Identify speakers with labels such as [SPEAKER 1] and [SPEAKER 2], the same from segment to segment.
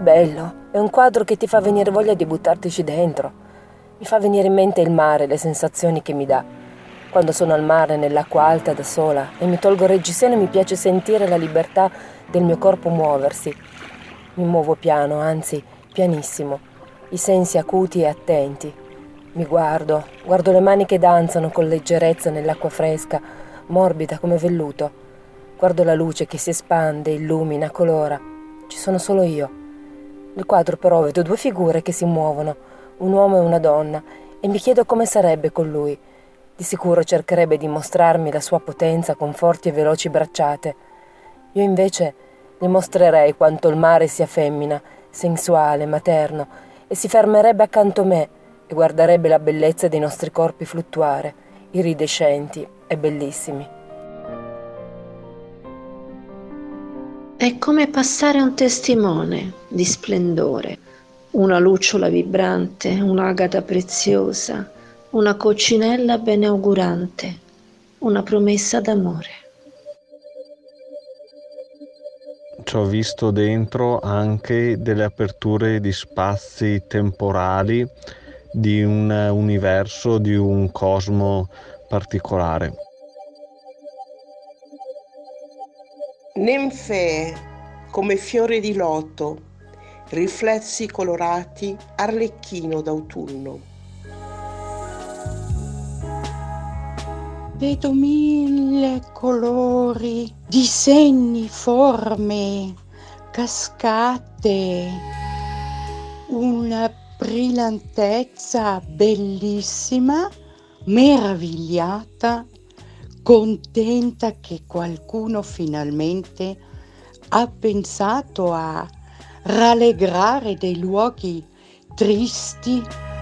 [SPEAKER 1] bello, è un quadro che ti fa venire voglia di buttartici dentro. Mi fa venire in mente il mare, le sensazioni che mi dà. Quando sono al mare, nell'acqua alta da sola e mi tolgo il reggiseno, mi piace sentire la libertà del mio corpo muoversi. Mi muovo piano, anzi pianissimo, i sensi acuti e attenti. Mi guardo le mani che danzano con leggerezza nell'acqua fresca, morbida come velluto. Guardo la luce che si espande, illumina, colora. Ci sono solo io. Nel quadro però vedo due figure che si muovono, un uomo e una donna, e mi chiedo come sarebbe con lui. Di sicuro cercherebbe di mostrarmi la sua potenza con forti e veloci bracciate. Io invece gli mostrerei quanto il mare sia femmina, sensuale, materno, e si fermerebbe accanto a me e guarderebbe la bellezza dei nostri corpi fluttuare, iridescenti e bellissimi.
[SPEAKER 2] È come passare un testimone di splendore, una lucciola vibrante, un'agata preziosa, una coccinella beneaugurante, una promessa d'amore.
[SPEAKER 3] Ci ho visto dentro anche delle aperture di spazi temporali, di un universo, di un cosmo particolare.
[SPEAKER 4] Ninfee come fiori di loto, riflessi colorati, arlecchino d'autunno.
[SPEAKER 5] Vedo 1000 colori, disegni, forme, cascate, una brillantezza bellissima, meravigliata, contenta che qualcuno finalmente ha pensato a rallegrare dei luoghi tristi.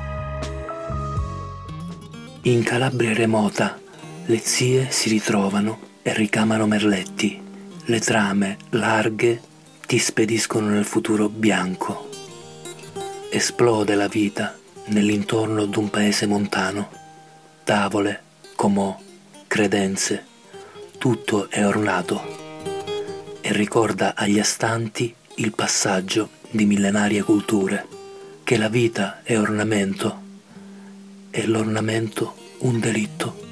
[SPEAKER 6] In Calabria remota le zie si ritrovano e ricamano merletti. Le trame larghe ti spediscono nel futuro bianco. Esplode la vita nell'intorno d'un paese montano. Tavole, comò, credenze, tutto è ornato e ricorda agli astanti il passaggio di millenarie culture, che la vita è ornamento e l'ornamento un delitto.